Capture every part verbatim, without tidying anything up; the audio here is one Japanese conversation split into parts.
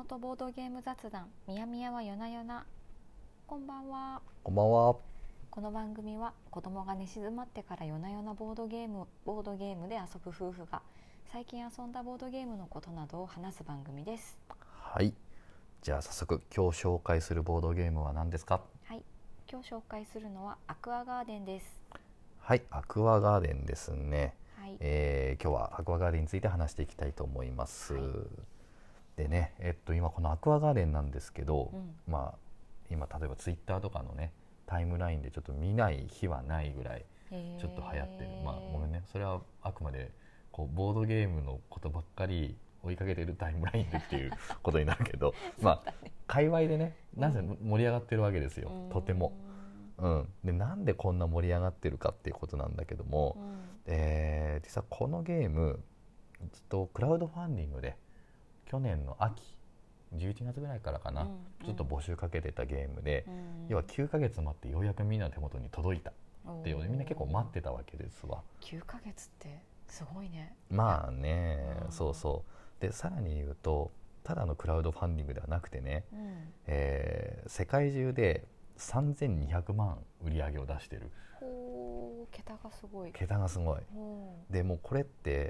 ートボードゲーム雑談みやみやはよなよな。こんばんは。 こんばんは。 この番組は子供が寝静まってから夜な夜なボードゲームボードゲームで遊ぶ夫婦が最近遊んだボードゲームのことなどを話す番組です。 はい、じゃあ早速今日紹介するボードゲームは何ですか？ はい、今日紹介するのはアクアガーデンです。 はい、アクアガーデンですね。 はい、 えー今日はアクアガーデンについて話していきたいと思います。 はい、 でね、えっと今このアクアガーデンなんですけど、 うん、 まあ今例えばツイッターとかのねタイムラインでちょっと見ない日はないぐらいちょっと流行ってる。まあごめんね、それはあくまでこうボードゲームのことばっかり追いかけてるタイムラインでっていうことになるけどまあ界隈でねなぜ盛り上がってるわけですよ、とても。うん、でなんでこんな盛り上がってるかっていうことなんだけども、 うん、 えー実はこのゲームずっとクラウドファンディングで去年の秋じゅういちがつぐらいからかな、 うん、 ちょっと募集かけてたゲームで、 うん、 要はきゅうかげつ待ってようやくみんなの手元に届いたっていうのでみんな結構待ってたわけですわ。 きゅうかげつってすごいね。 まあね、 うん、 そうそうでさらに言うとただのクラウドファンディングではなくてね、 うん、 えー世界中でさんぜんにひゃくまん売り上げを出してる。 ほー、桁がすごい。 桁がすごい。 ほでもうこれって、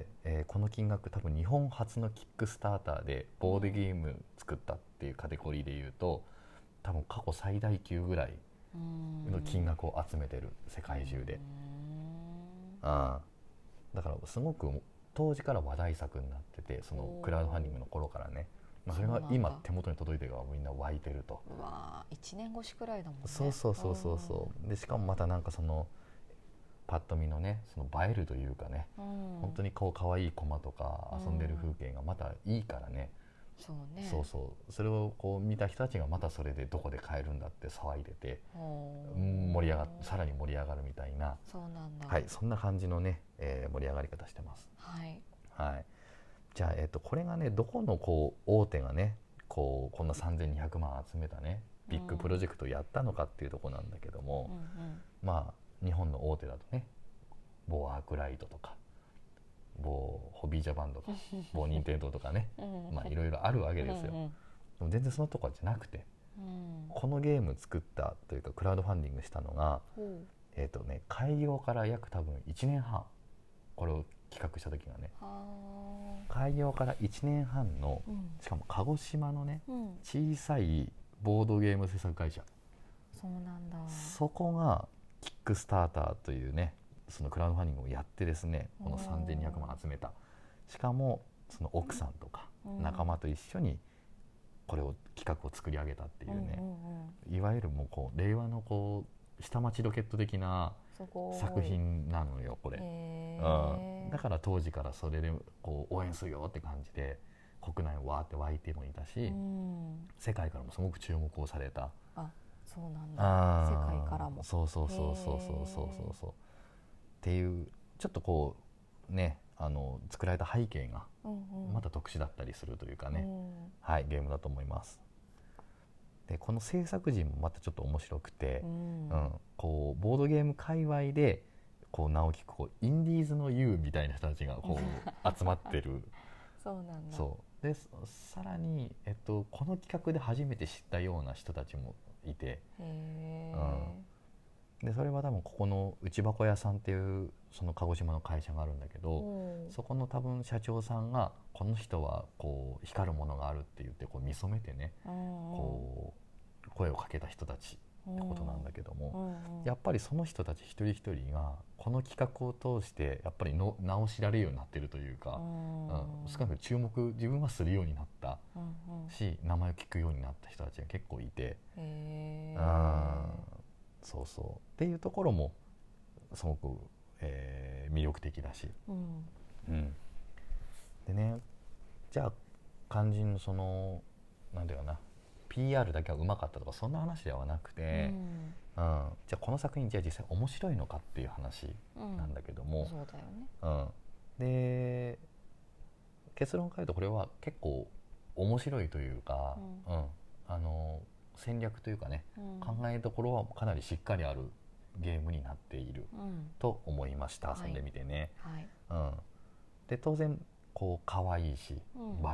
えーこの金額多分日本初のキックスターターでボードゲーム作ったっていうカテゴリーでいうと多分過去最大級ぐらいーの金額を集めてる、世界中で。 うーんあだからすごく当時から話題作になってて、そのクラウドファンディングの頃からね、まあ、それが今手元に届いてからみんな湧いてると。 うわーいちねんごしくらいだもんね。 そうそうそうそうそうでしかもまたなんかそのパッと見のねその映えるというかね、 うん、 本当にこう可愛いコマとか遊んでる風景がまたいいからね、 そうね。 そうそうそれをこう見た人たちがまたそれでどこで買えるんだって騒いでて、 ほーうん盛り上がっさらに盛り上がるみたいな、 そうなんだ。 はいそんな感じのね、えー盛り上がり方してます。 はい。 はい、じゃあ、えっと、これがねどこのこう大手がねこうこんなさんぜんにひゃくまん集めたねビッグプロジェクトをやったのかっていうところなんだけども、 うんうん、 まあ日本の大手だとね某アークライトとか某ホビージャパンとか某任天堂とかねうんまあいろいろあるわけですよ。 うんうんでも全然そのとこじゃなくて、 うんこのゲーム作ったというかクラウドファンディングしたのが、 ほえっとね、開業から約多分いちねんはん、これを企画した時がねうは開業からいちねんはんの、 ーうんしかも鹿児島のねうん小さいボードゲーム制作会社、 そうなんだ。 そこがキックスターターというねそのクラウドファンディングをやってですねこのさんぜんにひゃくまん集めた。しかもその奥さんとか仲間と一緒にこれを企画を作り上げたっていうね、 うんうんうん、 いわゆるもうこう令和のこう下町ロケット的なすごい作品なのよこれ、 へうーん、だから当時からそれでこう応援するよって感じで国内わーって湧いてもいたし、 うん世界からもすごく注目をされた。 あ、そうなんだ。 あ世界からも。 そうそうそうそうそうそうそうそうっていうちょっとこうねあの作られた背景がうんうんまた特殊だったりするというかね、 うんはいゲームだと思います。でこの制作陣もまたちょっと面白くて、 うんうんこうボードゲーム界隈でこう名を聞くこうインディーズの ユー みたいな人たちがこう集まってるそうなんだ。 そうでさらに、えっと、この企画で初めて知ったような人たちもいて、 へでそれは多分ここの内箱屋さんっていうその鹿児島の会社があるんだけーど、 おーそこの多分社長さんがこの人はこう光るものがあるって言ってこう見初めてねうんうんこう声をかけた人たちってことなんだけども、 うんうんやっぱりその人たち一人一人がこの企画を通してやっぱりの名を知られるようになってるというか、 うんうん、少なくとも注目自分はするようになったうんうんし名前を聞くようになった人たちが結構いて、 へーうんそうそうっていうところもすごく、えー魅力的だし、 うんうん、でねじゃあ肝心のそのなんていうかな ピーアール だけはうまかったとかそんな話ではなくて、 うんうん、じゃあこの作品じゃあ実際面白いのかっていう話うんなんだけども、 そうだよね。 うんで結論から言うとこれは結構面白いというか、 うんうんあの戦略というかね、 うん考えどころはかなりしっかりあるゲームになっているうんと思いました、 はい遊んでみてね、 はいうん、で当然こう可愛いし、 うん映える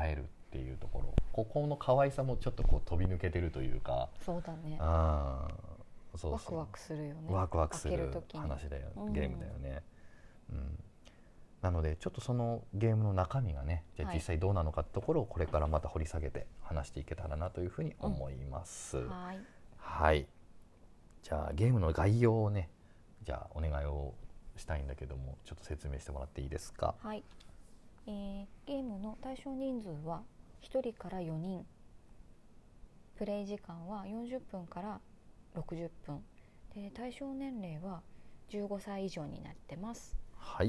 っていうところ、ここの可愛さもちょっとこう飛び抜けてるというか。 そうだね。 あそうそう、 ワクワクするよね。 ワクワクする話だよ、ゲームだよね、うんうん、なのでちょっとそのゲームの中身がね、じゃあ実際どうなのかってところをこれからまた掘り下げて話していけたらなというふうに思います、うん、はい、はい、じゃあゲームの概要をね、じゃあお願いをしたいんだけども、ちょっと説明してもらっていいですか。 はい、えー、ゲームの対象人数はひとりからよにん、プレイ時間はよんじゅっぷんからろくじゅっぷんで、対象年齢はじゅうごさい以上になってます。 はい、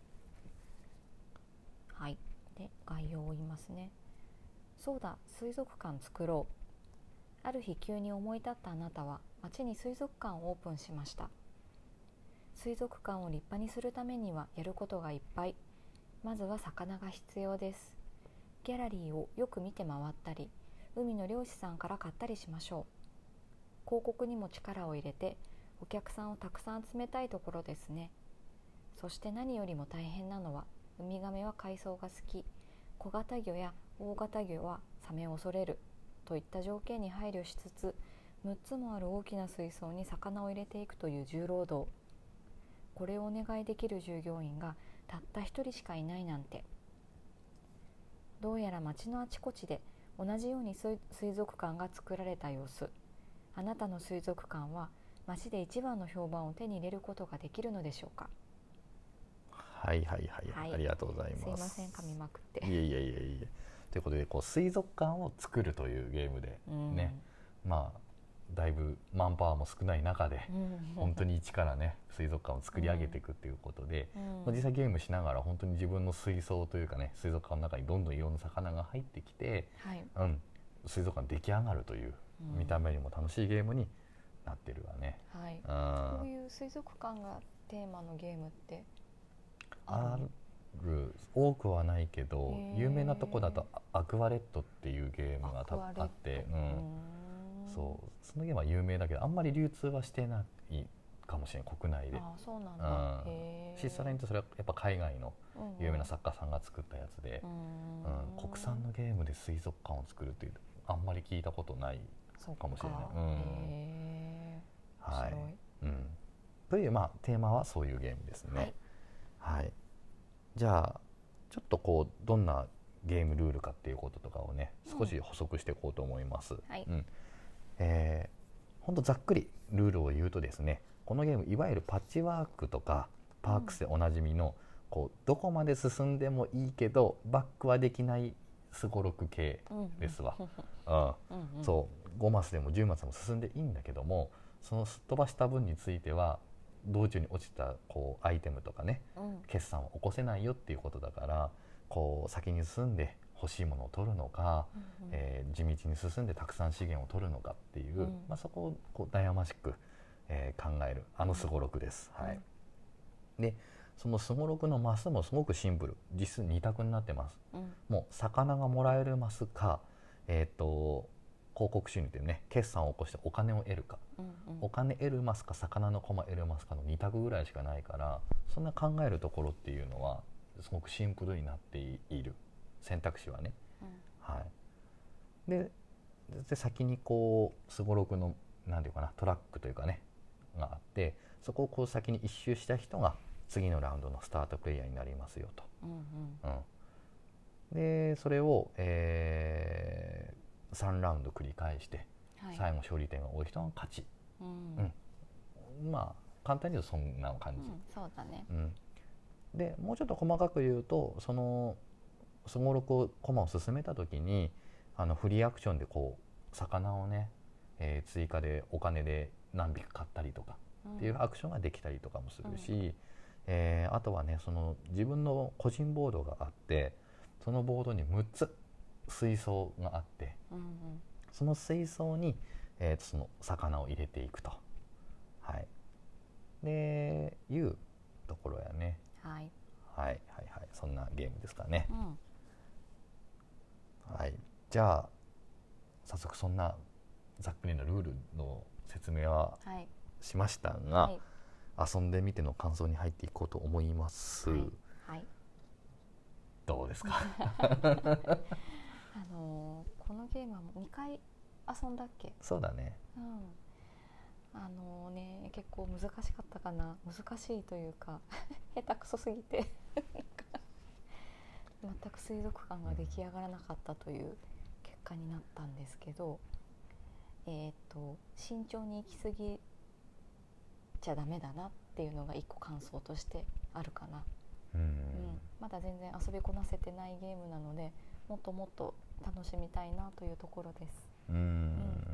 はい、で概要を言いますね。そうだ、水族館作ろう。ある日急に思い立ったあなたは町に水族館をオープンしました。水族館を立派にするためにはやることがいっぱい。まずは魚が必要です。ギャラリーをよく見て回ったり、海の漁師さんから買ったりしましょう。広告にも力を入れてお客さんをたくさん集めたいところですね。そして何よりも大変なのは、ウミガメは海藻が好き、小型魚や大型魚はサメを恐れるといった条件に配慮しつつ、むっつもある大きな水槽に魚を入れていくという重労働。これをお願いできる従業員がたった一人しかいないなんて。どうやら町のあちこちで同じように水族館が作られた様子。あなたの水族館は町で一番の評判を手に入れることができるのでしょうか。 はいはいはい、はい、ありがとうございます。 すいません、噛みまくって。 いえいえいえいえ。ということで、こう水族館を作るというゲームでね、うん、まあだいぶマンパワーも少ない中で、うん、本当に一からね水族館を作り上げていくっていうことで、うんまあ、実際ゲームしながら本当に自分の水槽というかね、水族館の中にどんどんいろんな魚が入ってきて、はいうん、水族館出来上がるという、うん、見た目にも楽しいゲームになってるわね、はい、 こういう水族館がテーマのゲームってある多くはないけど、有名なとこだとアクアレットっていうゲームがあって、うん、そうそのゲームは有名だけどあんまり流通はしてないかもしれない、国内で。 あ、そうなんだ、 うん、へー。さらにそれはやっぱ海外の有名な作家さんが作ったやつで、うんうん、国産のゲームで水族館を作るっていうあんまり聞いたことないかもしれない。うん、へー、はい、うん、という、まあ、テーマはそういうゲームですね。はい、はい、じゃあちょっとこうどんなゲームルールかっていうこととかをね少し補足していこうと思います。はい、うん、えー、ほんとざっくりルールを言うとですね、このゲームいわゆるパッチワークとかパークスでおなじみの、こうどこまで進んでもいいけどバックはできないすごろく系ですわ。うん、そうごマスでもじゅうマスでも進んでいいんだけども、そのすっ飛ばした分については道中に落ちたこうアイテムとかね、うん、決算を起こせないよっていうことだから、こう先に進んで欲しいものを取るのか、うんうん、えー、地道に進んでたくさん資源を取るのかっていう、うん、まあ、そこをこう悩ましく、えー、考えるあのすごろくです。うん、はい、でそのすごろくのマスもすごくシンプル、実質に択になってます。うん、もう魚がもらえるマスか、えーと広告収入っていうね、決算を起こしてお金を得るか、うんうん、お金得るマスか魚の駒得るマスかのに択ぐらいしかないから、そんな考えるところっていうのはすごくシンプルになっている、選択肢はね。うん、はい、で, で先にこうすごろくのなんていうかなトラックというかねがあって、そこをこう先に一周した人が次のラウンドのスタートプレイヤーになりますよと。うんうんうん、でそれを、えーさんラウンド繰り返して、はい、最後勝利点が多い人が勝ち、うんうん、まあ簡単に言うとそんな感じ、うん、 そうだね。 うん、でもうちょっと細かく言うと、そのすごろく駒を進めた時にあのフリーアクションでこう魚をね、えー、追加でお金で何匹買ったりとかっていうアクションができたりとかもするし、うん、えー、あとはねその自分の個人ボードがあって、そのボードにむっつ水槽があって、うんうん、その水槽に、えー、とその魚を入れていくと、はい、でいうところやね。はい、はいはいはい、そんなゲームですかね。うん、はい、じゃあ早速そんなざっくりなルールの説明はしましたが、はいはい、遊んでみての感想に入っていこうと思います。はいはい、どうですか。 あのー、このゲームはもうにかい遊んだっけ。 そうだね、 うん、あのー、ね結構難しかったかな。難しいというか下手くそすぎて全く水族館が出来上がらなかったという結果になったんですけど、えー、と慎重に行き過ぎちゃダメだなっていうのが一個感想としてあるかな。 うん、うん、 まだ全然遊びこなせてないゲームなので、もっともっと楽しみたいなというところです。 うん、うん、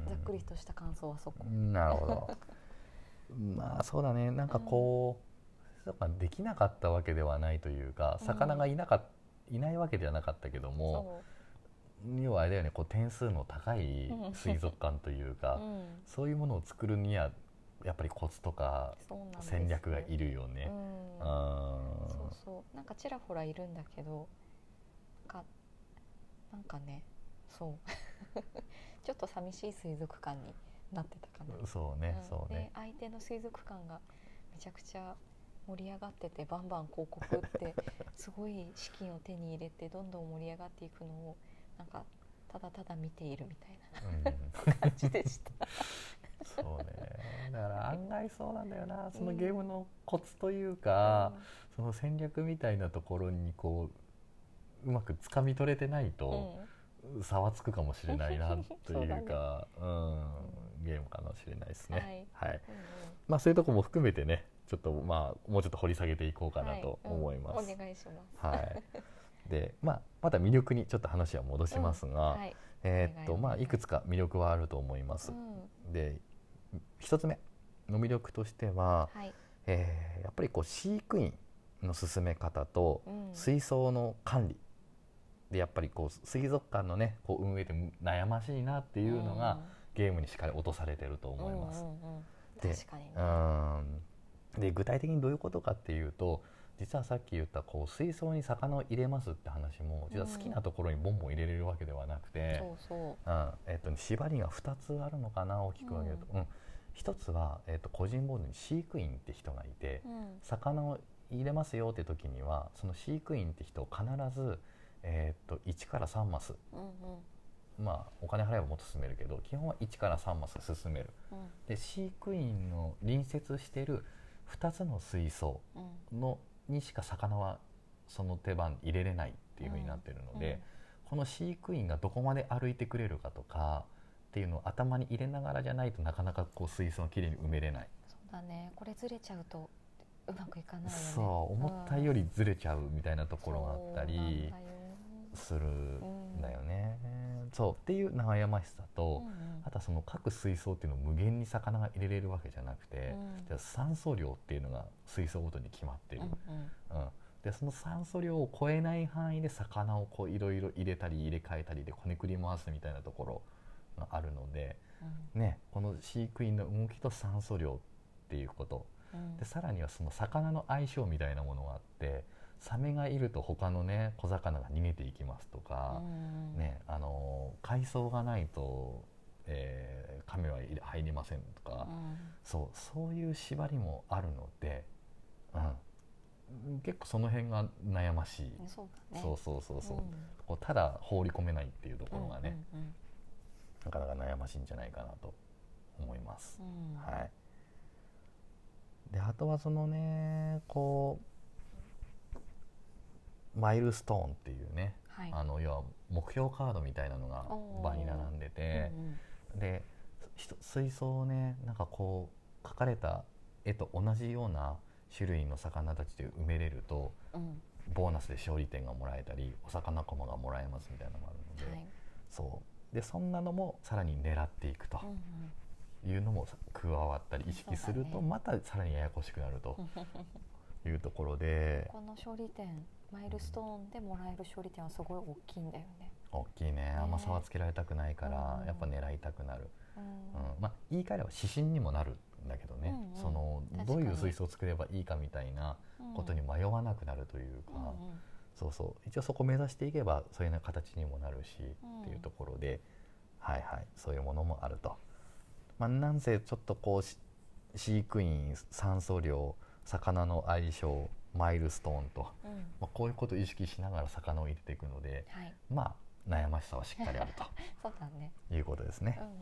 ざっくりとした感想はそこ。 なるほどまあそうだね、なんかこう、うん、できなかったわけではないというか、魚がいなかっ、いないわけではなかったけども、要はあれだよね、こう点数の高い水族館というか、うん、そういうものを作るにはやっぱりコツとか戦略がいるよね。 うん、あそうそうなんかちらほらいるんだけど、なんかなんかねそうちょっと寂しい水族館になってたかな。 そうね、うん、そうね。 で相手の水族館がめちゃくちゃ盛り上がってて、バンバン広告ってすごい資金を手に入れてどんどん盛り上がっていくのをなんかただただ見ているみたいな、うん、感じでしたそうね、だから案外そうなんだよな、そのゲームのコツというか、うん、その戦略みたいなところにこううまくつかみ取れてないと、うん、差はつくかもしれないなというかう、ね、うん、ゲームかもしれないですね。はい、はい、うんうん、まあそういうところも含めてね、ちょっとまあもうちょっと掘り下げていこうかなと思います。 はい、うん、お願いします。 はい。で、まあまた魅力にちょっと話は戻しますが、うん、はい、えー、っとまあいくつか魅力はあると思います。うん、で、一つ目の魅力としては、はい、えー、やっぱりこう飼育員の進め方と水槽の管理、うん、でやっぱりこう水族館のねこう運営で悩ましいなっていうのが、うん、ゲームにしっかり落とされてると思います。うんうんうん、 で確かにね。 うんで具体的にどういうことかっていうと、実はさっき言ったこう水槽に魚を入れますって話も実は好きなところにボンボン入れれるわけではなくて、 うん、そうそう、 うんえー、と縛りがふたつあるのかな、大きく分けると、うんうん、ひとつは、えー、と個人ボードに飼育員って人がいて、うん、魚を入れますよって時にはその飼育員って人を必ず、えー、といちからさんマス、うんうん、まあお金払えばもっと進めるけど基本はいちからさんマス進める、うん、で飼育員の隣接しているふたつの水槽の、うん、にしか魚はその手番入れれないっていう風になってるので、うんうん、この飼育員がどこまで歩いてくれるかとかっていうのを頭に入れながらじゃないとなかなかこう水槽をきれいに埋めれない。 そうだね、これずれちゃうとうまくいかないよね。 そう思ったよりずれちゃうみたいなところがあったりするんだよね、うん、そうっていう悩ましさと、うんうん、あとはその各水槽っていうのを無限に魚が入れれるわけじゃなくて、うん、酸素量っていうのが水槽ごとに決まってる、うんうんうん、でその酸素量を超えない範囲で魚をこういろいろ入れたり入れ替えたりでこねくり回すみたいなところがあるので、うんね、この飼育員の動きと酸素量っていうこと、うん、でさらにはその魚の相性みたいなものがあって、サメがいると他のね小魚が逃げていきますとか、うんね、あの海藻がないと、えー、亀は入りませんとか、うん、そうそういう縛りもあるので、うん、結構その辺が悩ましい。 そうだね、 そうそうそうそう、うん、こうただ放り込めないっていうところがね、うんうんうん、なかなか悩ましいんじゃないかなと思います、うん、はい。であとはそのねこうマイルストーンっていうね、はい、あの要は目標カードみたいなのが場に並んでて、うんうん、で水槽をねなんかこう描かれた絵と同じような種類の魚たちで埋めれると、うん、ボーナスで勝利点がもらえたりお魚コマがもらえますみたいなのがあるので、はい、そうでそんなのもさらに狙っていくというのも加わったり意識するとまたさらにややこしくなるというところで、 この勝利点マイルストーンでもらえる勝利点はすごい大きいんだよね。 大きいね、あんま差はつけられたくないから、うん、やっぱ狙いたくなる、うんうんまあ、言い換えれば指針にもなるんだけどね、うんうん、そのどういう水槽を作ればいいかみたいなことに迷わなくなるというか、うんうん、そうそう一応そこを目指していけばそういうような形にもなるし、うん、っていうところで、はいはい、そういうものもあると、まあ、なんせちょっとこう飼育員酸素量魚の相性マイルストーンと、うんまあ、こういうことを意識しながら魚を入れていくので、はい、まあ悩ましさはしっかりあるそうだね。 ということですね。 うんうんうん。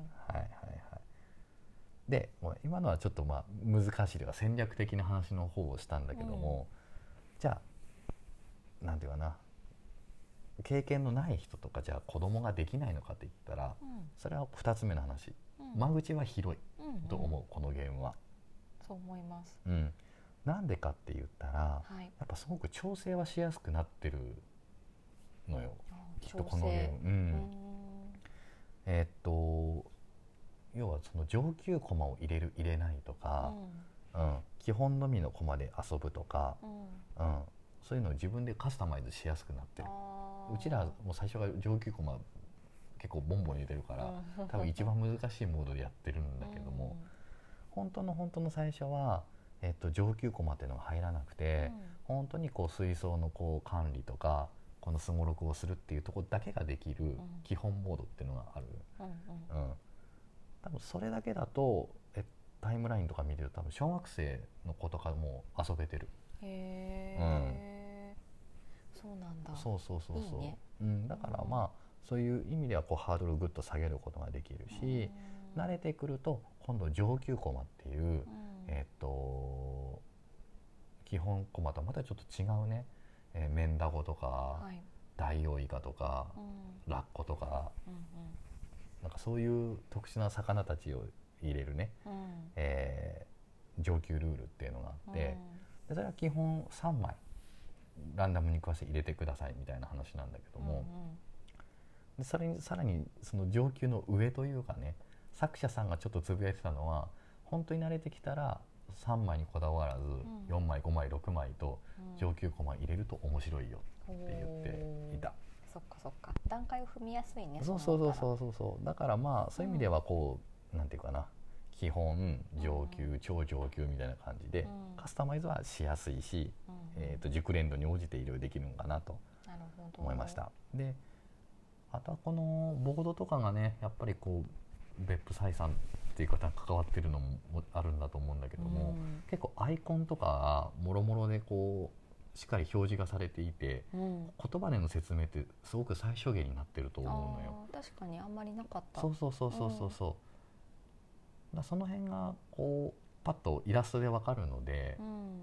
はいはいはい。でもう今のはちょっとまあ難しいというか戦略的な話の方をしたんだけども、うん、じゃあなんていうかな、経験のない人とかじゃあ子供ができないのかって言ったら、うん、それはふたつめの話、うん、間口は広いと思う、うんうん、このゲームは。 そう思います、 うん、なんでかって言ったら、はい、やっぱすごく調整はしやすくなってるのよ、きっとこのゲーム。うん、えー、っと要はその上級コマを入れる入れないとか、うんうん、基本のみのコマで遊ぶとか、うんうん、そういうのを自分でカスタマイズしやすくなってる。うちらもう最初から上級コマ結構ボンボン入れてるから、多分一番難しいモードでやってるんだけども、うん、本当の本当の最初は、えっと、上級コマっていうのが入らなくて、うん、本当にこう水槽のこう管理とかこのすごろくをするっていうところだけができる基本モードっていうのがある、うんうんうん、多分それだけだとえタイムラインとか見てると多分小学生の子とかも遊べてる。へー、うん、 そうなんだ。 そうそうそうそう、いいね、うん、だからまあそういう意味ではこうハードルをぐっと下げることができるし、慣れてくると今度上級コマっていう、うん、えっと基本コマとはまたちょっと違うね、えー、メンダゴとか、はい、ダイオウイカとか、うん、ラッコとか、うんうん、なんかそういう特殊な魚たちを入れるね、うん、えー、上級ルールっていうのがあって、うん、でそれは基本さんまいランダムに食わせて入れてくださいみたいな話なんだけども、うんうん、でそれにさらにその上級の上というかね、作者さんがちょっとつぶやいてたのは、本当に慣れてきたらさんまいにこだわらず、うん、よんまいごまいろくまいと上級コマ入れると面白いよって言っていた、うん、 そっかそっか、段階を踏みやすいね。 そうそうそうそうそうそう、だからまあそういう意味ではこう、うん、なんていうかな、基本上級、うん、超上級みたいな感じで、うん、カスタマイズはしやすいし、うん、えー、と熟練度に応じていろいろできるのかなと思いました。であとはこのボードとかがね、やっぱりこう別府採算っていう方が関わってるのもあるんだと思うんだけども、うん、結構アイコンとかもろもろでこうしっかり表示がされていて、うん、言葉での説明ってすごく最小限になってると思うのよ。 あ、確かにあんまりなかった。 そうそうそうそうそうそう、うん、だその辺がこうパッとイラストでわかるので、うん、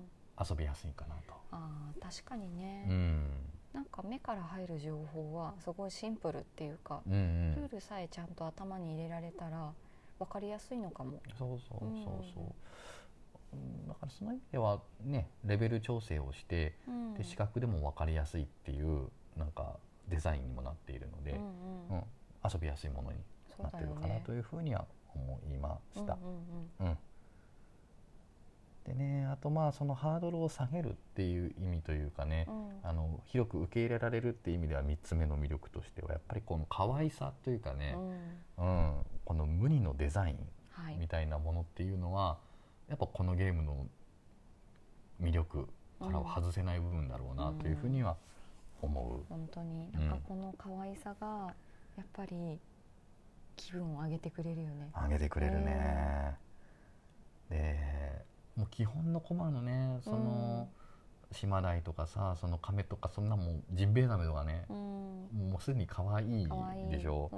遊びやすいかなと。 あ、確かにね、 うん、 なんか目から入る情報はすごいシンプルっていうか、うんうん、ルールさえちゃんと頭に入れられたら分かりやすいのかも。 そうそうそうそう、うん、だからその意味ではね、レベル調整をして、うん、で視覚でも分かりやすいっていうなんかデザインにもなっているので、うんうんうん、遊びやすいものになってるかなというふうには思いました。うんうんうん、でね、あとまあそのハードルを下げるっていう意味というかね、うん、あの広く受け入れられるっていう意味ではみっつめの魅力としてはやっぱりこの可愛さというかね、うんうん、この無二のデザインみたいなものっていうのは、はい、やっぱこのゲームの魅力からは外せない部分だろうなというふうには思う、うん、 本当になんかこの可愛さがやっぱり気分を上げてくれるよね。 上げてくれるね。でもう基本のコマのね、その、うん、島台とかさ、その亀とかそんなもんジンベエザメとかね、うん、もうすでに可愛いでしょ、うん、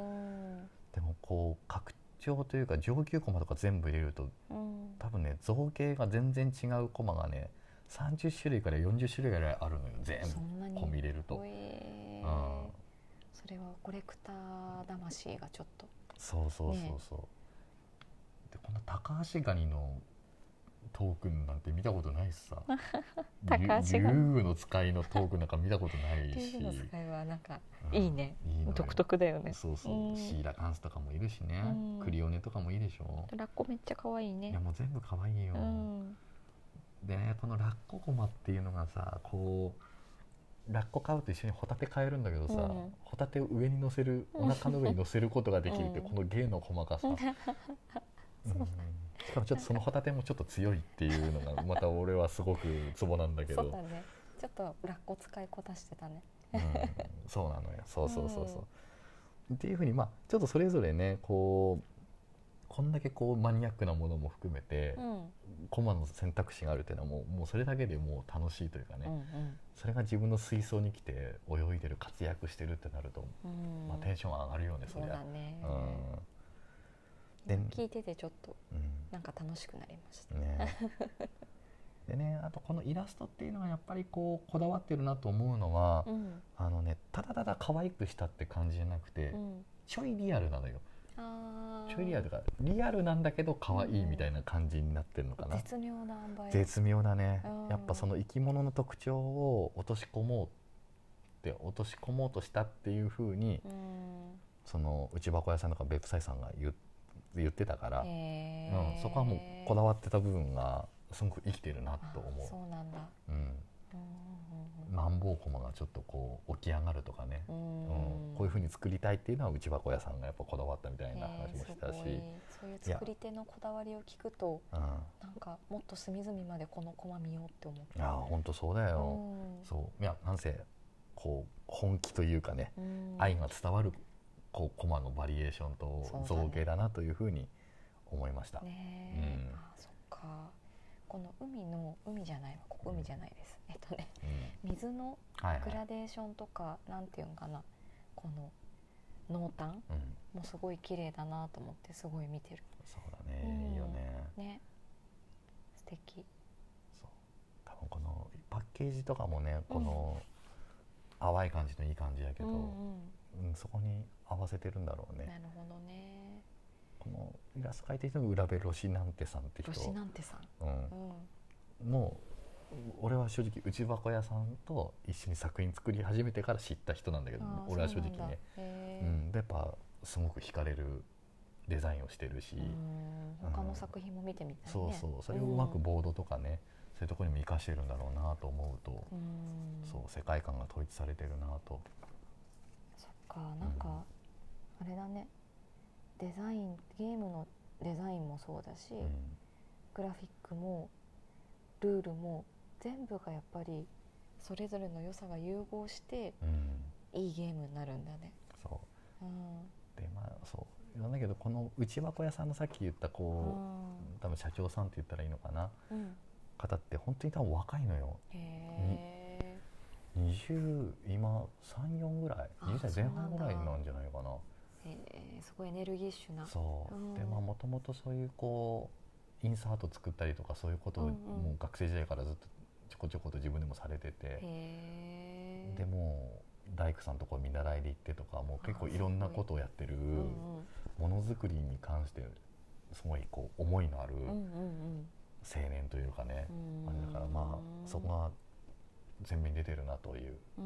でもこう拡張というか上級コマとか全部入れると、うん、多分ね造形が全然違うコマがねさんじゅっしゅるいからよんじゅっしゅるいぐらいあるのよ、全部込み入れると、えーうん、 それはコレクター魂がちょっとそうそうそうそう、ね、でこのタカアシガニのトークンなんて見たことないしさ高橋が竜の使いのトークンなんか見たことないし、 竜の使いはなんかいいね、うん、独特だよね。 そうそう、うん、シーラカンスとかもいるしね、うん、クリオネとかもいいでしょ。 ラッコめっちゃ可愛いね。 いやもう全部可愛いよ、うん、でね、このラッココマっていうのがさ、こうラッコ買うと一緒にホタテ買えるんだけどさ、うん、ホタテを上に乗せる、お腹の上に乗せることができるって、この芸の細かさ、うんうん、しかもちょっとそのホタテもちょっと強いっていうのがまた俺はすごくツボなんだけどそうだね、ちょっとラッコ使いこたしてたね、 うん、そうなのよ、そうそうそうそう、うん、っていうふうにまあちょっとそれぞれねこうこんだけこうマニアックなものも含めて、 うん、 コマの選択肢があるっていうのはもう、もうそれだけでもう楽しいというかね、 うんうん、 それが自分の水槽に来て泳いでる活躍してるってなると、 うんまあ、テンション上がるよねそりゃ。 そうだね、 うん、 で聞いててちょっとなんか楽しくなりました、 うん、ねでね、あとこのイラストっていうのがやっぱりこうこだわってるなと思うのは、 うん、 あのね、ただただ可愛くしたって感じじゃなくて、 うん、 ちょいリアルなのよ。 あちょいリアルとかリアルなんだけど可愛いみたいな感じになってるのかな、 うん、絶妙な塩梅。 絶妙だね、 うん、 やっぱその生き物の特徴を落とし込もうって落とし込もうとしたっていう風に、 うん、 その内箱屋さんとか別府斎さんが 言, 言ってたから、うん、そこはもうこだわってた部分がすごく生きてるなと思う。 そうなんだ、 うん、マンボウコマがちょっとこう起き上がるとかね、うん、こういう風に作りたいっていうのは内箱屋さんがやっぱこだわったみたいな話もしたし、 そういう作り手のこだわりを聞くと、うん、なんかもっと隅々までこのコマ見ようって思って、 いや本当そうだよ、うん、そういやなんせこう本気というかね、うん、愛が伝わるこうコマのバリエーションと造形だなというふうに思いました。 ね、うん、あそっか。この海の海じゃないわここ海じゃないです、うん、えっとね、うん、水のグラデーションとか、はいはい、なんていうのかな、この濃淡、うん、もすごい綺麗だなと思ってすごい見てる。 そうだね、うん、いいよね。 ね、素敵。 そう多分このパッケージとかもねこの淡い感じのいい感じやけど、うんうんうん、そこに合わせてるんだろうね。 なるほどね。 このイラスト描いてる人の浦部ロシナンテさんって人、 ロシナンテさん、 うんうん、もう俺は正直内箱屋さんと一緒に作品作り始めてから知った人なんだけど、俺は正直ね、うん、でやっぱすごく惹かれるデザインをしてるし、 うん、他の作品も見てみたいね、 うん、そうそう、それをうまくボードとかね、うん、そういうところにも生かしてるんだろうなと思うと、うん、そう世界観が統一されてるなと。 そっか、なんか、うん、あれだね、デザインゲームのデザインもそうだし、うん、グラフィックもルールも全部がやっぱりそれぞれの良さが融合して、うん、いいゲームになるんだね。 そう、うん、でまあそうなんだけど、この内箱屋さんのさっき言ったこう、うん、多分社長さんって言ったらいいのかな、うん、方って本当に多分若いのよ。へー、にじゅう今さん、よんぐらい、にじゅう代前半ぐらいなんじゃないかな。 えー、すごいエネルギッシュな。 そう、うん、でまあもともとそういうこうインサート作ったりとかそういうことを、うんうん、もう学生時代からずっとちょこちょこと自分でもされてて、へでも大工さんとこ見習いで行ってとかもう結構いろんなことをやってるものづくりに関してすごいこう思いのある青年というかね、うんうんうん、だからまあそこが前面に出てるなという、うんうん、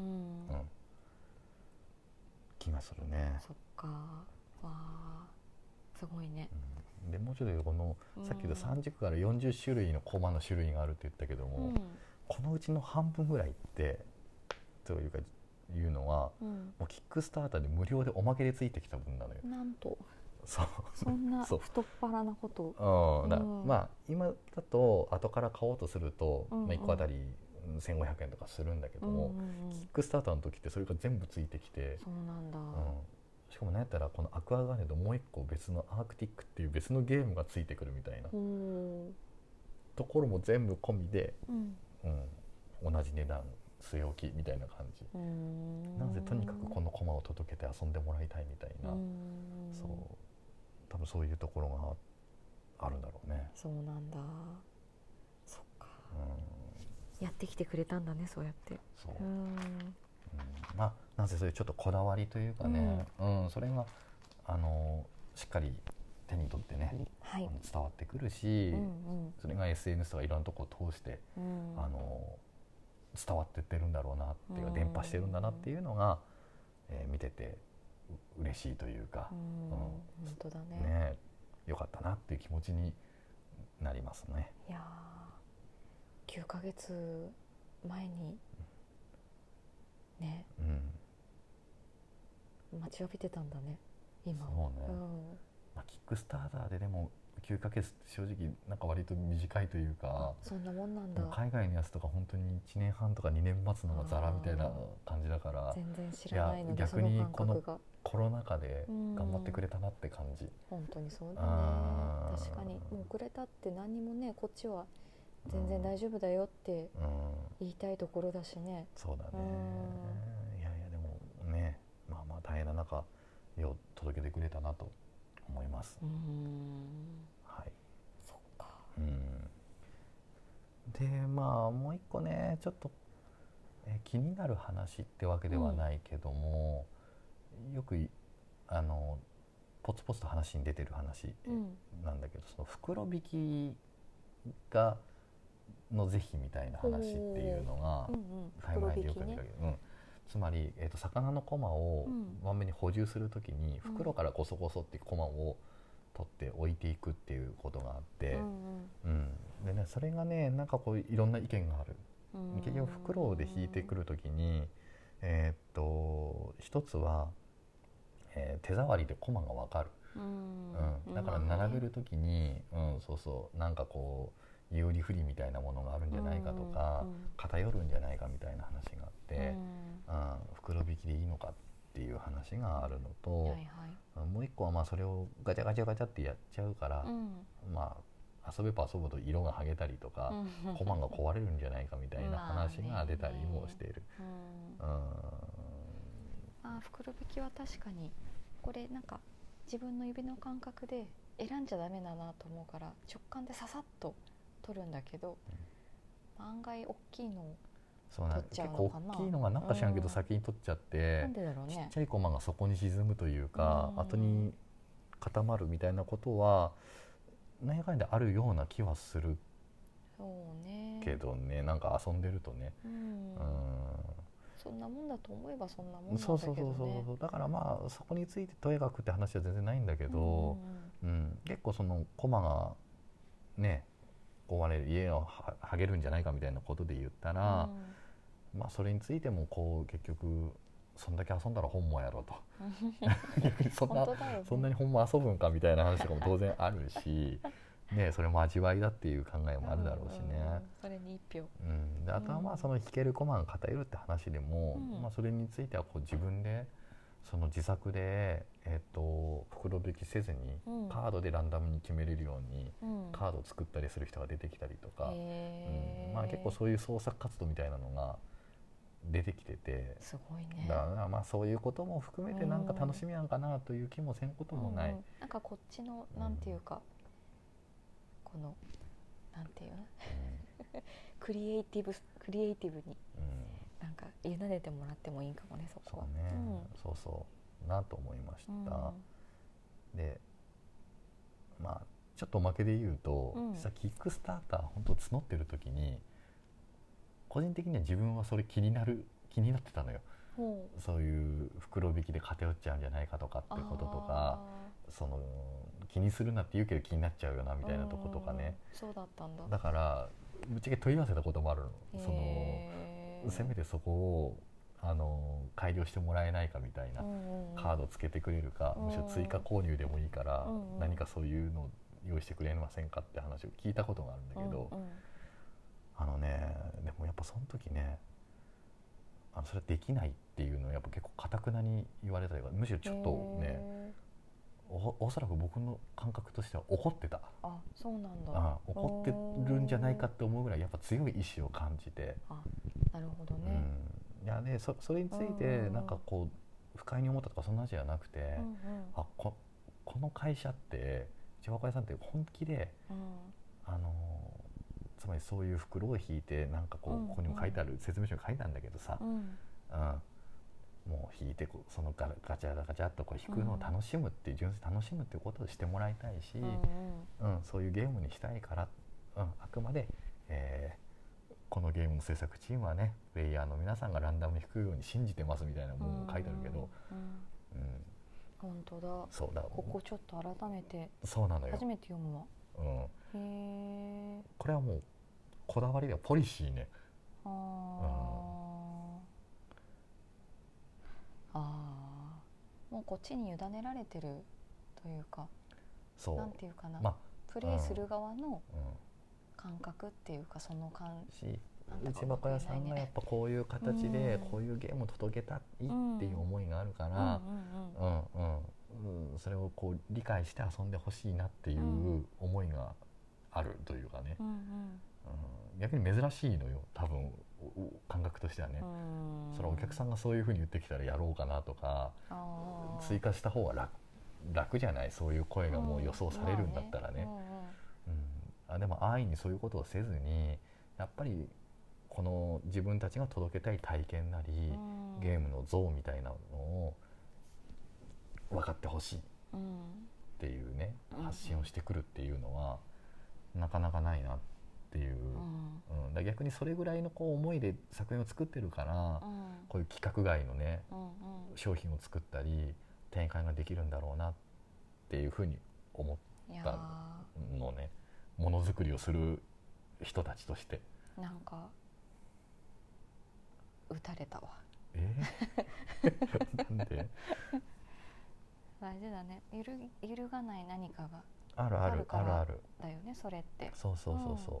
気がするね。 そっか、わーすごいね、 うん、でもうちょっとこの、うん、さっき言ったさんじゅうからよんじゅっしゅるいのコマの種類があるって言ったけども、うん、このうちの半分ぐらいってというかいうのは、うん、もうキックスターターで無料でおまけでついてきた分なのよ。 なんとそうそんな太っ腹なこと、 うんだうん、まあ今だと後から買おうとすると、うんうんまあ、いっこあたりせんごひゃくえんとかするんだけども、うんうんうん、キックスターターの時ってそれが全部ついてきて、 そうなんだ、うん、 しかも何やったらこのアクアガーネともう一個別のアークティックっていう別のゲームがついてくるみたいなところも全部込みで、うんうん、同じ値段据え置きみたいな感じ。なぜとにかくこのコマを届けて遊んでもらいたいみたいな、そう多分そういうところがあるんだろうね。 そうなんだ、そっか、うん、やってきてくれたんだね、そうやって。そう、うん、うん、 まあなぜそういうちょっとこだわりというかね、うんうん、それがあのしっかり手に取ってね、はい、伝わってくるし、うんうん、それが エスエヌエス とかいろんなところを通して、うん、あの伝わってってるんだろうなっていうか、うん、伝播してるんだなっていうのが、えー、見てて嬉しいというか、うんうん、本当だね、 ね、よかったなっていう気持ちになりますね。 いやきゅうかげつまえにね、うん、待ちわびてたんだね今。 そうね、うんまあ、キックスターターででもきゅうかげつって正直なんか割と短いというか、 そんなもんなんだ。 海外のやつとか本当にいちねんはんとかにねん待つのがザラみたいな感じだから、 全然知らないので逆にこのコロナ禍で頑張ってくれたなって感じ、 本当にそうだね。確かにもう遅れたって何にもね、こっちは全然大丈夫だよって言いたいところだしね、 うん、そうだね。いやいやでもね、まあまあ大変な中よう届けてくれたなと思います。うん、はい、 そっか。 うん、でまあもう一個ねちょっとえ気になる話ってわけではないけども、うん、よくあのポツポツと話に出てる話なんだけど、うん、その袋引きがの是非みたいな話っていうのがタイムラインでよく見かける、うん、つまり、えーと、魚のコマをまめに補充するときに、うん、袋からゴソゴソってコマを取って置いていくっていうことがあって、うんうんうん、でね、それがねなんかこういろんな意見がある。結局袋で引いてくるときに、えー、っと一つは、えー、手触りでコマが分かる、うんうん、だから並べるときに、うん、そうそうなんかこう有利不利みたいなものがあるんじゃないかとか、うんうん、偏るんじゃないかみたいな話があって、うんうん、袋引きでいいのかっていう話があるのと、はいはい、もう一個はまあそれをガチャガチャガチャってやっちゃうから、うん、まあ遊べば遊ぶと色が剥げたりとか、うん、コマが壊れるんじゃないかみたいな話が出たりもしている。まあね、 うん、あ、袋引きは確かにこれなんか自分の指の感覚で選んじゃダメだなと思うから直感でささっと取るんだけど、うん、案外大きいのを取っちゃうのかな。 結構大きいのがなんか知らんけど先に取っちゃって、 なんでだろうね、 ちっちゃいコマがそこに沈むというか、うん、後に固まるみたいなことは何やかんであるような気はするけどね、なんか遊んでるとね、うん、うん、 そんなもんだと思えばそんなもんなんだけどね。 そうそうそうそう、だからまあそこについてとやかくって話は全然ないんだけど、うんうんうん、結構そのコマがね壊れる、家をはげるんじゃないかみたいなことで言ったら、うん、まあそれについてもこう結局そんだけ遊んだら本望やろと逆にそんな、ね、そんなに本望遊ぶんかみたいな話とかも当然あるしね、それも味わいだっていう考えもあるだろうしね、うん、 それに一票、 うん、であとはまあその弾けるコマが偏るって話でも、うん、まあ、それについてはこう自分でその自作で、えー、と袋引きせずにカードでランダムに決めれるようにカードを作ったりする人が出てきたりとか、うん、まあ、結構そういう創作活動みたいなのが出てきてて、 すごいね。 だからまあそういうことも含めてなんか楽しみなんかなという気もせんこともない、うんうん、 なんかこっちのなんていうか、うん、このなんていうの、うん、クリエイティブクリエイティブに、うん、なんか委ねてもらってもいいかもね、そこは。 そうね、うん、そうそうなと思いました、うん、でまあちょっとおまけで言うと、うん、実はキックスターター本当募ってる時に個人的には自分はそれ気になる気になってたのよ、うん、そういう袋引きで偏っちゃうんじゃないかとかってこととか、その気にするなって言うけど気になっちゃうよなみたいなとことかね、 うん、そうだったんだ。 だからぶっちゃけ問い合わせたこともあるの、そのせめてそこをあの改良してもらえないかみたいな、うんうん、カードつけてくれるか、うん、むしろ追加購入でもいいから、うんうん、何かそういうのを用意してくれませんかって話を聞いたことがあるんだけど、うんうん、あのねでもやっぱその時ね、あのそれはできないっていうのをやっぱ結構堅くなに言われたり、むしろちょっとね、お, おそらく僕の感覚としては怒ってた。 あ、そうなんだ。 あ怒ってるんじゃないかって思うぐらいやっぱ強い意志を感じて。 あ、なるほどね、 うん、いやで そ, それについてなんかこう不快に思ったとかそんな話じゃなくて、うんうん、あ こ, この会社って千葉会さんって本気で、うん、あのつまりそういう袋を引いてなんかこう、うんうん、ここにも書いてある説明書に書いてあるんだけどさ、うんうん、もう引いてこうそのガガチャガチャっとこう引くのを楽しむっていう、純粋に楽しむっていうことをしてもらいたいし、うんうんうん、そういうゲームにしたいから、うん、あくまで、えー、このゲームの制作チームはねプレイヤーの皆さんがランダムに引くように信じてますみたいなものが書いてあるけど、うんうんうん、本当だ。 そうだ、 ここちょっと改めてそうなのよ、 初めて読むわ、うん、へー、 これはもうこだわりではポリシーね。あ、うん、 あ、もうこっちに委ねられてるというか、そうなんていうかな、ま、プレイする側の感覚っていうか、その感じ内箱屋さんがやっぱこういう形でこういうゲームを届けたいっていう思いがあるからそれをこう理解して遊んでほしいなっていう思いがあるというかね、うんうんうん、逆に珍しいのよ多分感覚としてはね、うん、そのお客さんがそういうふうに言ってきたらやろうかなとか追加した方が 楽, 楽じゃない、そういう声がもう予想されるんだったらね、うんまあねうんうん、あでも安易にそういうことをせずにやっぱりこの自分たちが届けたい体験なり、うん、ゲームの像みたいなのを分かってほしいっていうね、うん、発信をしてくるっていうのはなかなかないなっていう、うんうん、だ逆にそれぐらいのこう思いで作品を作ってるから、うん、こういう規格外のね、うんうん、商品を作ったり展開ができるんだろうなっていうふうに思ったのね、ものづくりをする人たちとして。 なんか打たれたわ。 えー、なんで大事だね、揺る、揺るがない何かがあるあるあるあるだよね、それって。 そうそうそうそう、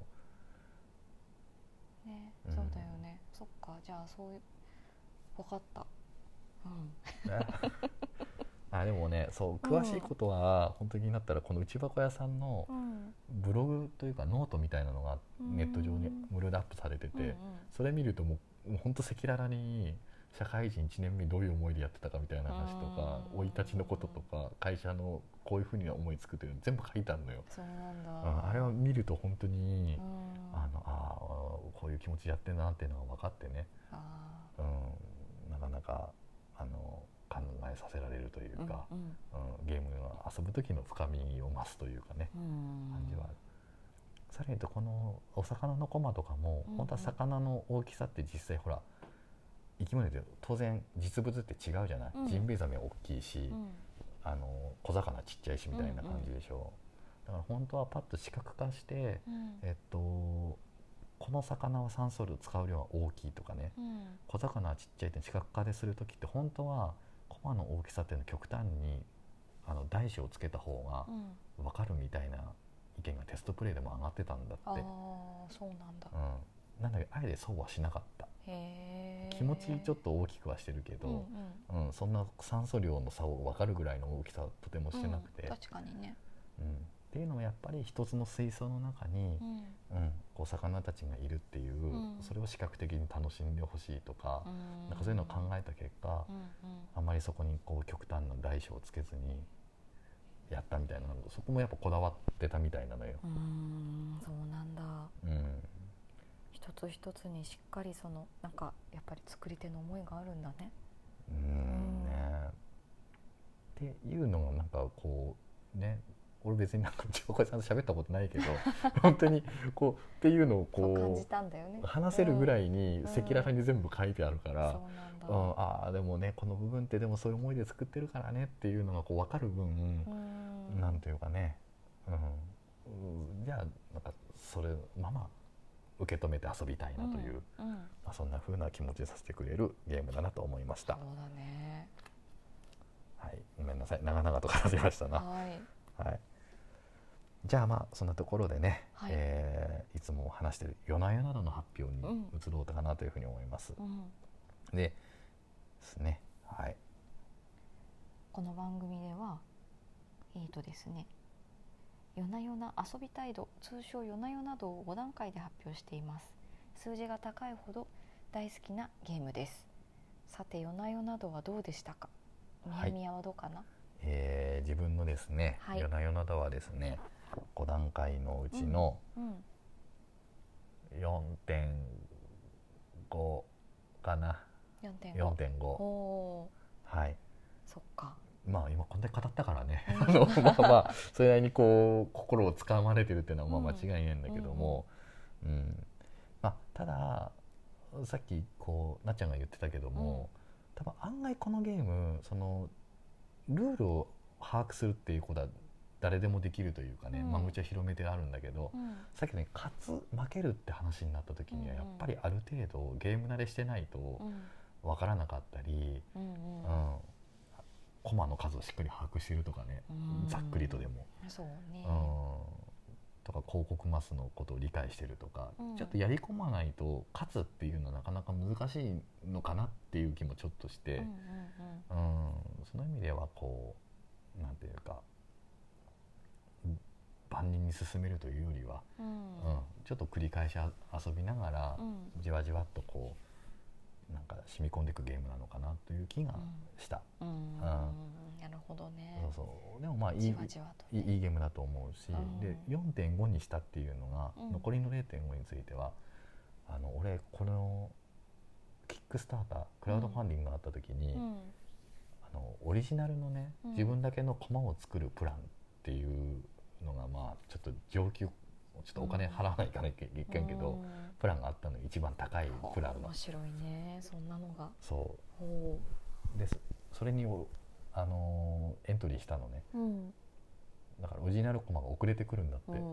うん、ね、そうだよね、うん、そっか、じゃあそういう分かった、うんあでもね、そう詳しいことは本当になったらこの内箱屋さんのブログというかノートみたいなのがネット上に無料でアップされてて、うんうん、それ見るともう本当赤裸々に社会人いちねんめどういう思いでやってたかみたいな話とか生い立ちのこととか会社のこういうふうに思い作ってるの全部書いてあるのよ。 そうなんだ、 うん、あれは見ると本当にあのあこういう気持ちやってるなっていうのが分かってね、あ、うん、なかなかあの考えさせられるというか、うんうんうん、ゲームは遊ぶ時の深みを増すというかね、うん、感じはある。さらに言うとこのお魚のコマとかも、うんうん、本当は魚の大きさって実際ほら生き物で当然実物って違うじゃない、うん、ジンベエザメは大きいし、うん、あの小魚ちっちゃいしみたいな感じでしょ、うんうん、だから本当はパッと視覚化して、うん、えっとこの魚は酸素量使う量は大きいとかね、うん、小魚はちっちゃいって視覚化でする時って本当はコマの大きさっていうのは極端にあの大小をつけた方が分かるみたいな意見がテストプレイでも上がってたんだって。ああ、そうなんだ、 うん、なんだけどあえてそうはしなかった。へ気持ちちょっと大きくはしてるけど、うんうんうん、そんな酸素量の差を分かるぐらいの大きさはとてもしてなくて、うん、 確かにね、 うん、っていうのはやっぱり一つの水槽の中に、うんうん、こう魚たちがいるっていう、うん、それを視覚的に楽しんでほしいとか、うん、なんかそういうのを考えた結果、うんうん、あまりそこにこう極端な大小をつけずにやったみたいなの、そこもやっぱこだわってたみたいなのよ。 うーん、そうなんだ、うん、一つ一つにしっかりそのなんかやっぱり作り手の思いがあるんだね。 うーんね、っていうのがなんかこうね、俺別になんか内箱さんと喋ったことないけど本当にこうっていうのをこう感じたんだよね、 話せるぐらいに赤裸々に全部書いてあるから、うんうん、ああでもねこの部分ってでもそういう思いで作ってるからねっていうのがこう分かる分、うん、なんていうかね、うん、じゃあなんかそれまま受け止めて遊びたいなという、うんうん、まあ、そんな風な気持ちにさせてくれるゲームだなと思いました。 そうだね、 はい、ごめんなさい長々と話しましたな。はい、はい、じゃあまあそんなところでね、はい、えー、いつも話している夜な夜などの発表に移ろうかなというふうに思います。うん、でですね、はい、 この番組ではえーとですね夜な夜な遊び態度、通称夜な夜などをご段階で発表しています。数字が高いほど大好きなゲームです。さて夜な夜などはどうでしたか。宮宮はどうかな。はい、 えー、自分のですね、はい、夜な夜などはですねご段階のうちの よんてんご かな。 よんてんご、 よんてんご、はい、 そっか。 まあ今こんだけ語ったからねあのまあまあそれなりにこう心をつかまれてるっていうのはまあ間違いないんだけども、うんうんうん、まあ、たださっきこうなっちゃんが言ってたけども、うん、多分案外このゲームそのルールを把握するっていうことは誰でもできるというかね、うん、間口は広めてあるんだけど、うん、さっきね勝つ負けるって話になった時にはやっぱりある程度ゲーム慣れしてないと分からなかったり、うんうんうん、コマの数をしっかり把握しているとかね、ざっくりとでも、 そうね、 うん、 とか広告マスのことを理解してるとか、 うん、 ちょっとやり込まないと勝つっていうのはなかなか難しいのかなっていう気もちょっとして、うん、うん、その意味ではこうなんていうか万人に進めるというよりは、うんうん、ちょっと繰り返し遊びながら、うん、じわじわっとこうなんか染み込んでいくゲームなのかなという気がした、うんうん、 なるほどね。 そうそうでもまあいい、じわじわとね、いい、いいゲームだと思うし、うん、で よんてんご にしたっていうのが、うん、残りの れいてんご についてはあの俺このキックスタータークラウドファンディングがあった時に、うん、あのオリジナルのね、うん、自分だけのコマを作るプランっていうのがまあちょっと上級ちょっとお金払わないかなきゃいけんけど、うん、プランがあったの一番高いプランが面白いねそんなのがそうで そ, それにあのー、エントリーしたのね、うん、だからオリジナルコマが遅れてくるんだって、うんうん、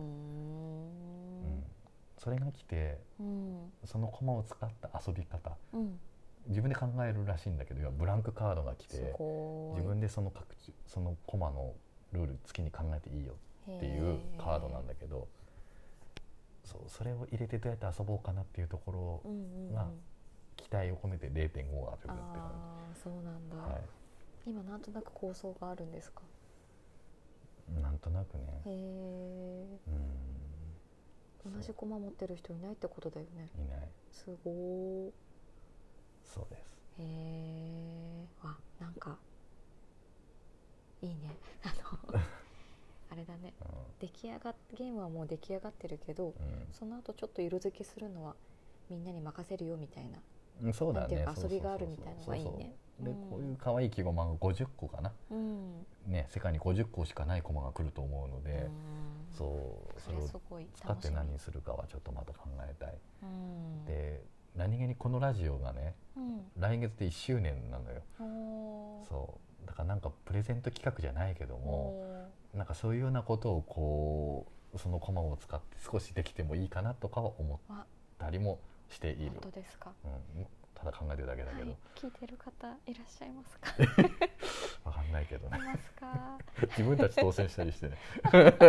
それが来て、うん、そのコマを使った遊び方、うん、自分で考えるらしいんだけどブランクカードが来て自分でその各そのコマのルール付きに考えていいよっていうカードなんだけど、そうそれを入れてどうやって遊ぼうかなっていうところが期待を込めて れいてんご がというって感じ。 あーそうなんだ、はい、今なんとなく構想があるんですか？ なんとなくね。 へうん同じコマ持ってる人いないってことだよね。 いない。 すごー。 そうです。 へえあなんかいいねあのあれだね、うん、出来上がっゲームはもう出来上がってるけど、うん、その後ちょっと色付けするのはみんなに任せるよみたいな、 うん、そうだね、なんていうか遊びがあるみたいなのがいいね。 で、うん、こういう可愛い木駒がごじゅっこかな、うんね、世界にごじゅっこしかない駒が来ると思うので、うん、そうそれを使って何にするかはちょっとまた考えたい、うん、で何気にこのラジオがね、うん、来月でいっしゅうねんなのよ。そうだからなんかプレゼント企画じゃないけどもなんかそういうようなことをこうそのコマを使って少しできてもいいかなとかは思ったりもしている。 本当ですか、 うん、ただ考えてるだけだけど、はい、 聞いてる方いらっしゃいますかわかんないけどね。 いますか自分たち当選したりしてね本当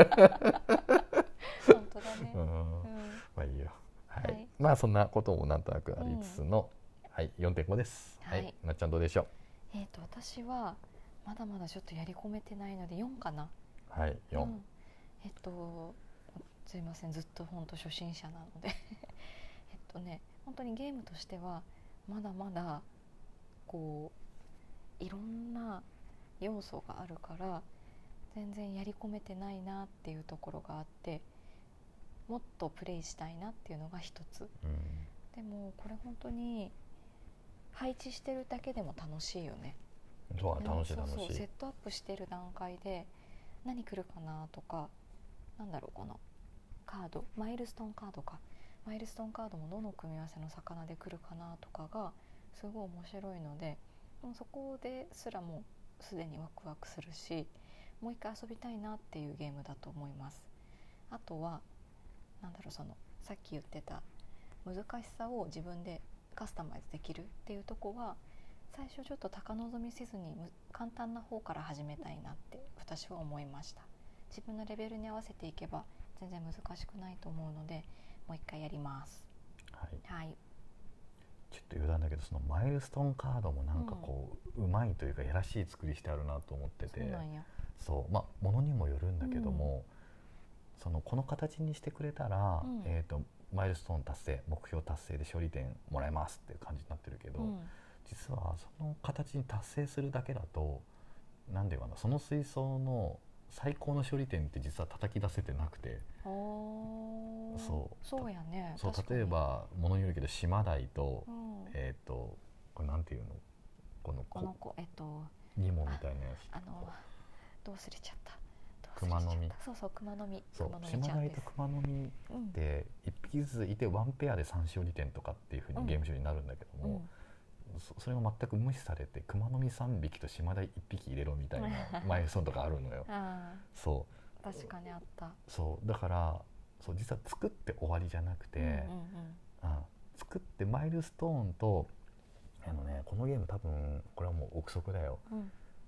だね、うん、 まあいいよ、はいはい、まあそんなこともなんとなくありつつの、うんはい、よんてんご です、はいはい、なっちゃんどうでしょう。 えーと私はまだまだちょっとやり込めてないのでよんかな。 はい、よん、うん、 えっとすいませんずっと本当初心者なのでえっとね本当にゲームとしてはまだまだこういろんな要素があるから全然やり込めてないなっていうところがあってもっとプレイしたいなっていうのが一つ、うん、でもこれ本当に配置してるだけでも楽しいよね。 そう楽しい楽しい。 そうそうセットアップしてる段階で何来るかなとかなんだろうこのカードマイルストーンカードかマイルストーンカードもどの組み合わせの魚で来るかなとかがすごい面白いのでもうそこですらもうすでにワクワクするしもう一回遊びたいなっていうゲームだと思います。あとはなんだろうそのさっき言ってた難しさを自分でカスタマイズできるっていうとこは最初ちょっと高望みせずに簡単な方から始めたいなって私は思いました。自分のレベルに合わせていけば全然難しくないと思うのでもう一回やります。 はい、 はい、 ちょっと余談だけどそのマイルストーンカードもなんかこう、うん、うまいというかやらしい作りしてあるなと思ってて、 そうなんや。 そうまあものにもよるんだけども、うん、そのこの形にしてくれたら、うんえーと、マイルストーン達成目標達成で勝利点もらえますっていう感じになってるけど、うん、実はその形に達成するだけだとなんでかなその水槽の最高の勝利点って実は叩き出せてなくて、 そうそうやね。 そう例えばものによるけど島台と、うん、えっ、ー、とこれなんていうのこのこの子えっ、ー、とニモみたいなやつあのどうすれちゃった熊の実そうそう熊の実そう島台と熊の実っていっぴきずついてワンペアでさん勝利点とかっていう風にゲーム中になるんだけども、うんうん、そ, それが全く無視されて熊の実さんびきと島台いっぴき入れろみたいなマイルストーンとかあるのよあそう確かにあった。 そうだからそう実は作って終わりじゃなくて、うんうんうん、あ作ってマイルストーンとあの、ね、このゲーム多分これはもう憶測だよ、うん、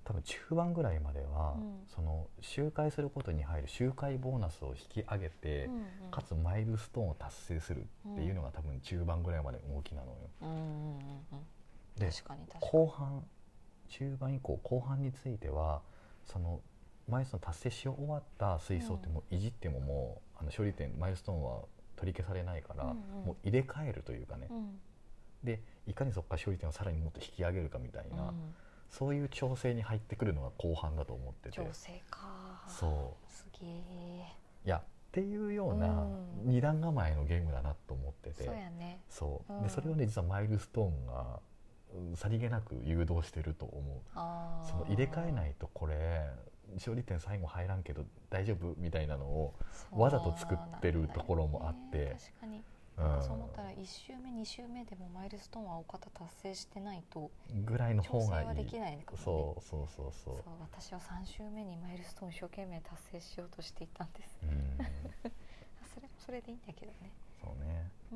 多分中盤ぐらいまでは、 うん、 その周回することに入る周回ボーナスを引き上げて、 うんうん、 かつマイルストーンを達成するっていうのが多分中盤ぐらいまで動きなのよ、 うんうんうんうん、 で確かに確かに。 後半中盤以降後半についてはそのマイルストーン達成し終わった水槽ってもういじってももうあの勝利点マイルストーンは取り消されないから、 うんうん、 もう入れ替えるというかね、 うん、でいかにそこから勝利点をさらにもっと引き上げるかみたいな、 うん、 そういう調整に入ってくるのが後半だと思ってて、 調整か、 そうすげえ、 いやっていうようなうん二段構えのゲームだなと思ってて、 そうやね、 そう、 うん、 でそれをね実はマイルストーンがうんさりげなく誘導してると思う。 あその入れ替えないとこれ勝利点最後入らんけど大丈夫みたいなのをわざと作ってるところもあって、 ね、確かに、うん、そう思ったらいっ周目に周目でもマイルストーンはお方達成してないとぐらいの方がいい。 調整はできないかもね。 そうそうそうそう。 そう、私はさん周目にマイルストーン一生懸命達成しようとしていたんです。 うんそれもそれでいいんだけどね。 そうね。 うん。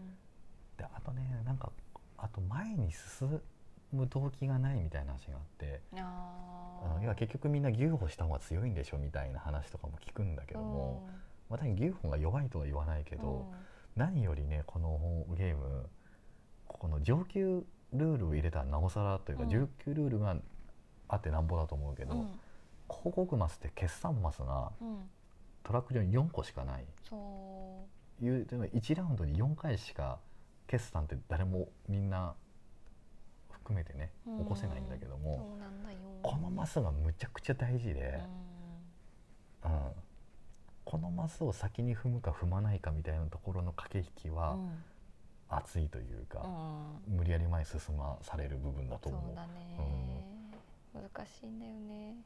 であとねなんかあと前に進む動機がないみたいな話があって、ああ要は結局みんな牛歩した方が強いんでしょみたいな話とかも聞くんだけども、うん、また牛歩が弱いとは言わないけど、うん、何よりねこのゲームこの上級ルールを入れたらなおさらというか、うん、上級ルールがあってなんぼだと思うけど、うん、広告マスって決算マスがトラック上によんこしかない、そういういちラウンドによんかいしか決算って誰もみんな含めてね起こせないんだけども、 そうなんだよ、 このマスがむちゃくちゃ大事で、うん、このマスを先に踏むか踏まないかみたいなところの駆け引きは熱いというか、うん、無理やり前に進まされる部分だと思う。 そうだね、うん、難しいんだよね、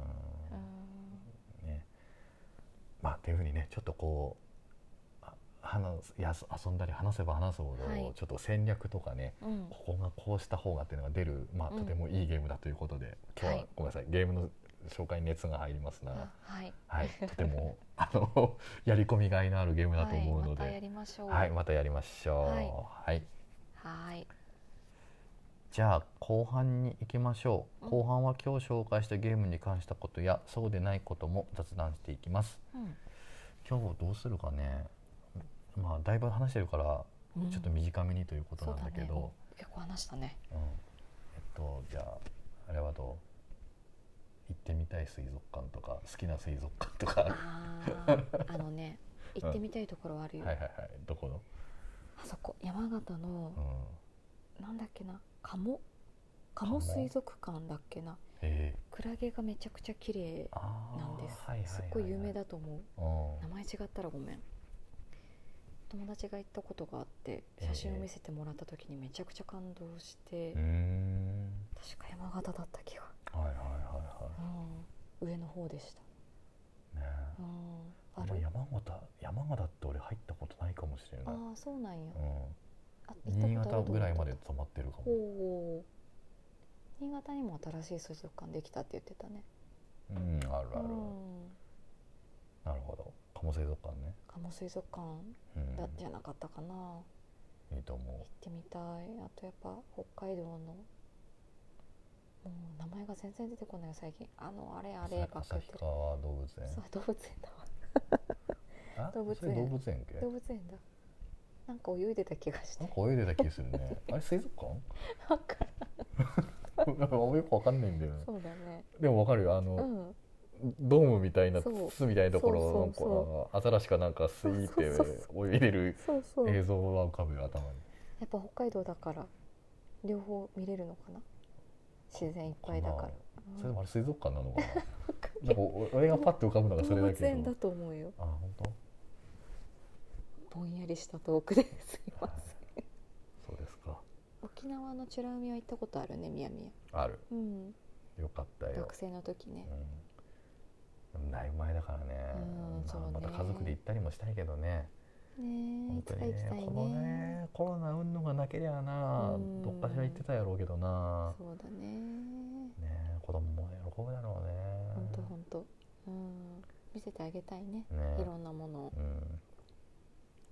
うん、ね、まあっていうふうにねちょっとこう話や遊んだり話せば話すほど、はい、ちょっと戦略とかね、うん、ここがこうした方がっていうのが出る、まあ、とてもいいゲームだということで、うん、今日はごめんなさい、ゲームの紹介に熱が入りますが、はいはい、とてもあのやり込みがいのあるゲームだと思うので、はい、またやりましょう。はい、またやりましょう。はい、はい、はい、じゃあ後半に行きましょう。後半は今日紹介したゲームに関したことやそうでないことも雑談していきます。うん、今日どうするかね。まあだいぶ話してるからちょっと短めにということなんだけど、うんね、 結構話したね、 うん、えっとじゃああれはどう行ってみたい水族館とか好きな水族館とかああのね行ってみたいところあるよ、 うん、はいはいはい、どこのあそこ山形の、うん、なんだっけな鴨鴨水族館だっけな、クラゲがめちゃくちゃ綺麗なんです、はいはいはいはい、すっごい有名だと思う、名前違ったらごめん。友達が行ったことがあって写真を見せてもらった時にめちゃくちゃ感動して、えー、確か山形だった気が、はいはいはいはい、うん、上の方でした、ね、 うん、あれ山形山形って俺入ったことないかもしれない。 ああそうなんや、うん、 あ新潟ぐらいまで止まってるかも。お新潟にも新しい水族館できたって言ってたね。 うん、あるある、うん、なるほど。鴨水族館ね。 鴨水族館だ、うん、じゃなかったかな。 いいと思う。 行ってみたい。あとやっぱ北海道のもう名前が全然出てこないよ最近。あのあれあればっかり。 旭川動物園。 そう動物園だわ。動物園。 動物園系。 動物園だ。なんか泳いでた気がして。 なんか泳いでた気するね。あれ水族館？ わからん。 よくわかんないんだよね。 そうだね。 でもわかるよあの。うんドームみたいな筒みたいなところアザラシかなんかスイーって泳いでる映像は浮かぶよ頭に。 やっぱ北海道だから両方見れるのかな、自然いっぱいだから。 それでもあれ水族館なのかななんか俺がパッと浮かぶのがそれだけど。 動物園だと思うよ。 あ本当。 ぼんやりしたトークですいませんそうですか。 沖縄の美ら海は行ったことあるね。みやみやある、 うん、 よかったよ学生の時ね、 うん、だいぶ前だからね、うんそうね、まあ、また家族で行ったりもしたいけどね。 ねえ、いつか行きたいね。 このねコロナうんのがなけりゃな、うん、どっかしら行ってたやろうけどな。 そうだね。 ね子供も喜ぶだろうね。 ほんとほんと、うん、見せてあげたい ね, ねいろんなものを、うん、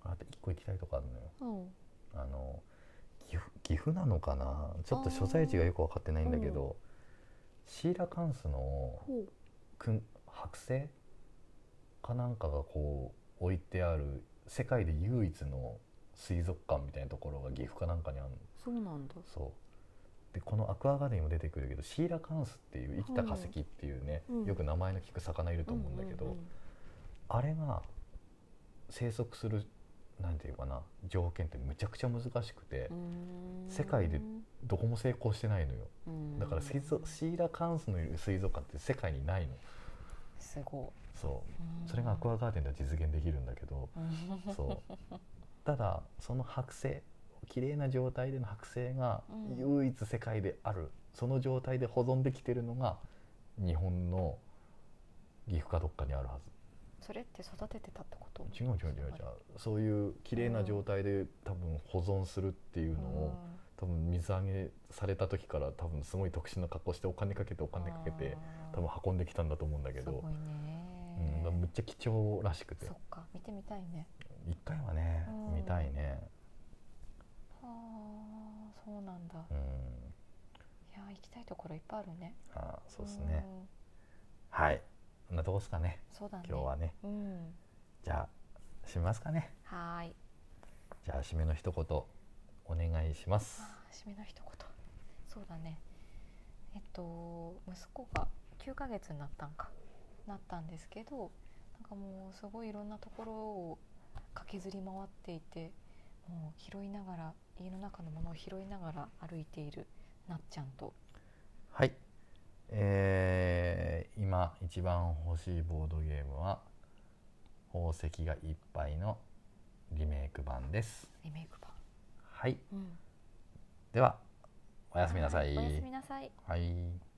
あと一個行きたいとこあるのよ、うん、あの岐阜、岐阜なのかな、ちょっと所在地がよく分かってないんだけど、 シーラカンスのほうくん剥製かなんかがこう置いてある世界で唯一の水族館みたいなところが岐阜かなんかにあるの。 そうなんだ。 そうでこのアクアガーデンにも出てくるけどシーラカンスっていう生きた化石っていうね、 うんよく名前の聞く魚いると思うんだけど、 うんうんうん、 あれが生息するなんていうかな条件ってむちゃくちゃ難しくて、世界でどこも成功してないのよ。だから水族シーラカンスのいる水族館って世界にないの。 すごい。 そうそれがアクアガーデンでは実現できるんだけど、そうただその剥製綺麗な状態での剥製が唯一世界である、その状態で保存できてるのが日本の岐阜かどっかにあるはず。 それって育ててたってこと？ 違う違う違う違う、そういう綺麗な状態で多分保存するっていうのを、多分水揚げされた時から多分すごい特殊な格好してお金かけてお金かけて多分運んできたんだと思うんだけど、 すごいね、 うん、むっちゃ貴重らしくて。 そっか、見てみたいね。 一回はね、見たいね。 はあ、そうなんだ。 うん、いや行きたいところいっぱいあるね。 あ、そうですね。はい、こんなとこですかね。 そうだね、 今日はね、 うん、 じゃあ締めますかね。 はい。 じゃあ締めの一言お願いします。 締めの一言、そうだね、えっと息子がきゅうかげつになったんかなったんですけど、なんかもうすごいいろんなところを駆けずり回っていて、もう拾いながら家の中のものを拾いながら歩いているなっちゃんと、 はい、えー、今一番欲しいボードゲームは宝石がいっぱいのリメイク版です。 リメイク版、 はい、 うん、 ではおやすみなさい。 おやすみなさい。 はい。